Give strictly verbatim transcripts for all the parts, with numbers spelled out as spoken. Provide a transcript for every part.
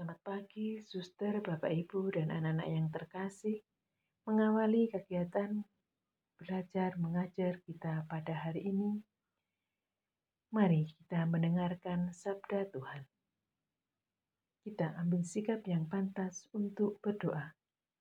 Selamat pagi, suster, Bapak, Ibu, dan anak-anak yang terkasih. Mengawali kegiatan belajar mengajar kita pada hari ini, mari kita mendengarkan sabda Tuhan. Kita ambil sikap yang pantas untuk berdoa.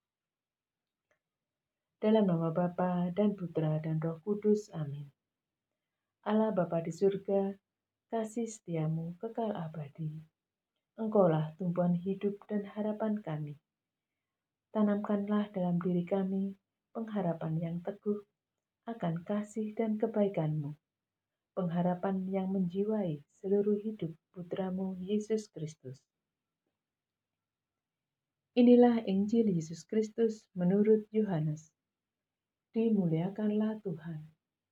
Dalam nama Bapa dan Putra dan Roh Kudus, amin. Allah Bapa di surga, kasih setiamu kekal abadi. Engkaulah tumpuan hidup dan harapan kami. Tanamkanlah dalam diri kami pengharapan yang teguh akan kasih dan kebaikan-Mu, pengharapan yang menjiwai seluruh hidup Putra-Mu Yesus Kristus. Inilah Injil Yesus Kristus menurut Yohanes. Dimuliakanlah Tuhan.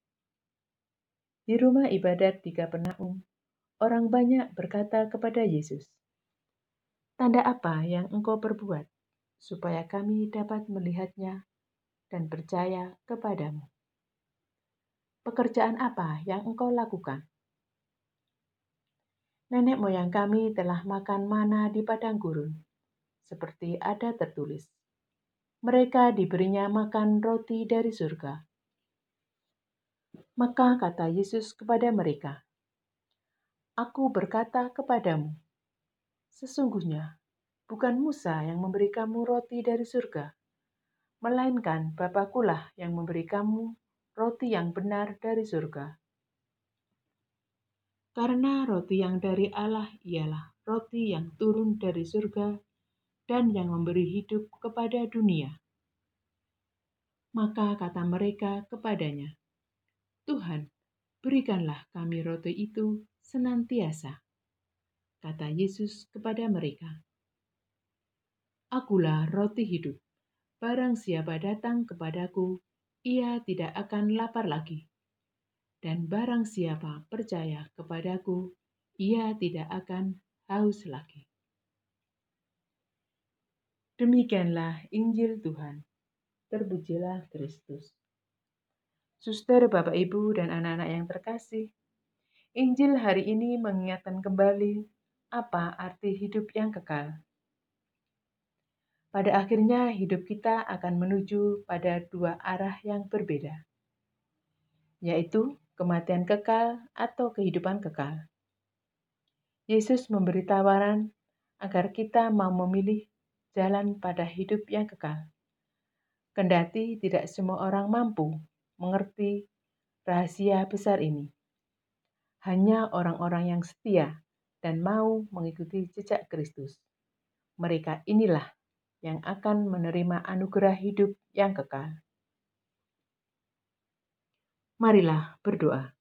Di rumah ibadat di Kapernaum, orang banyak berkata kepada Yesus, "Tanda apa yang Engkau perbuat, supaya kami dapat melihatnya dan percaya kepadamu? Pekerjaan apa yang Engkau lakukan? Nenek moyang kami telah makan mana di padang gurun, seperti ada tertulis. Mereka diberinya makan roti dari surga." Maka kata Yesus kepada mereka, "Aku berkata kepadamu, sesungguhnya bukan Musa yang memberi kamu roti dari surga, melainkan Bapa-Kulah yang memberi kamu roti yang benar dari surga. Karena roti yang dari Allah ialah roti yang turun dari surga dan yang memberi hidup kepada dunia." Maka kata mereka kepadanya, "Tuhan, berikanlah kami roti itu senantiasa." Kata Yesus kepada mereka, "Akulah roti hidup. Barang siapa datang kepadaku, ia tidak akan lapar lagi. Dan barang siapa percaya kepadaku, ia tidak akan haus lagi." Demikianlah Injil Tuhan. Terpujilah Kristus. Suster, Bapak, Ibu, dan anak-anak yang terkasih, Injil hari ini mengingatkan kembali apa arti hidup yang kekal. Pada akhirnya hidup kita akan menuju pada dua arah yang berbeda, yaitu kematian kekal atau kehidupan kekal. Yesus memberi tawaran agar kita mau memilih jalan pada hidup yang kekal. Kendati tidak semua orang mampu mengerti rahasia besar ini. Hanya orang-orang yang setia dan mau mengikuti jejak Kristus. Mereka inilah yang akan menerima anugerah hidup yang kekal. Marilah berdoa.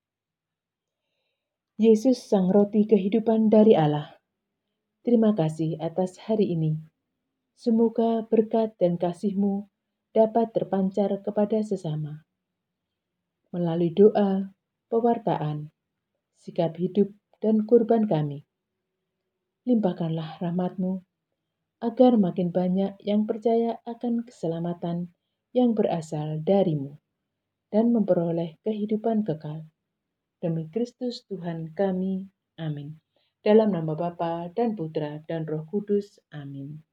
Yesus, Sang Roti kehidupan dari Allah, terima kasih atas hari ini. Semoga berkat dan kasih-Mu dapat terpancar kepada sesama. Melalui doa, pewartaan, sikap hidup, dan kurban kami. Limpahkanlah rahmat-Mu, agar makin banyak yang percaya akan keselamatan yang berasal dari-Mu dan memperoleh kehidupan kekal. Demi Kristus Tuhan kami, amin. Dalam nama Bapa dan Putra dan Roh Kudus, amin.